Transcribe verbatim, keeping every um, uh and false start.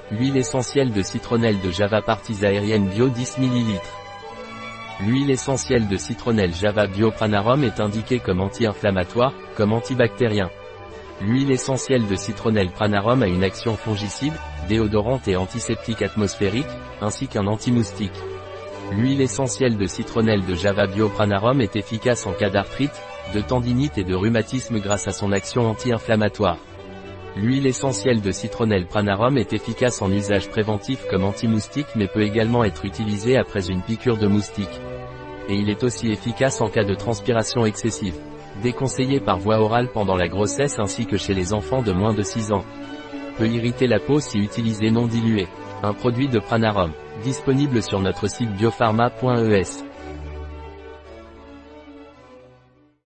Huile essentielle de citronnelle de Java Parties aérienne bio dix millilitres. L'huile essentielle de citronnelle Java Bio Pranarum est indiquée comme anti-inflammatoire, comme antibactérien. L'huile essentielle de citronnelle Pranarum a une action fongicide, déodorante et antiseptique atmosphérique, ainsi qu'un anti-moustique. L'huile essentielle de citronnelle de Java Bio Pranarum est efficace en cas d'arthrite, de tendinite et de rhumatisme grâce à son action anti-inflammatoire. L'huile essentielle de citronnelle Pranarum est efficace en usage préventif comme anti-moustique mais peut également être utilisée après une piqûre de moustique. Et il est aussi efficace en cas de transpiration excessive. Déconseillé par voie orale pendant la grossesse ainsi que chez les enfants de moins de six ans. Peut irriter la peau si utilisé non dilué. Un produit de Pranarum, disponible sur notre site biopharma point e s.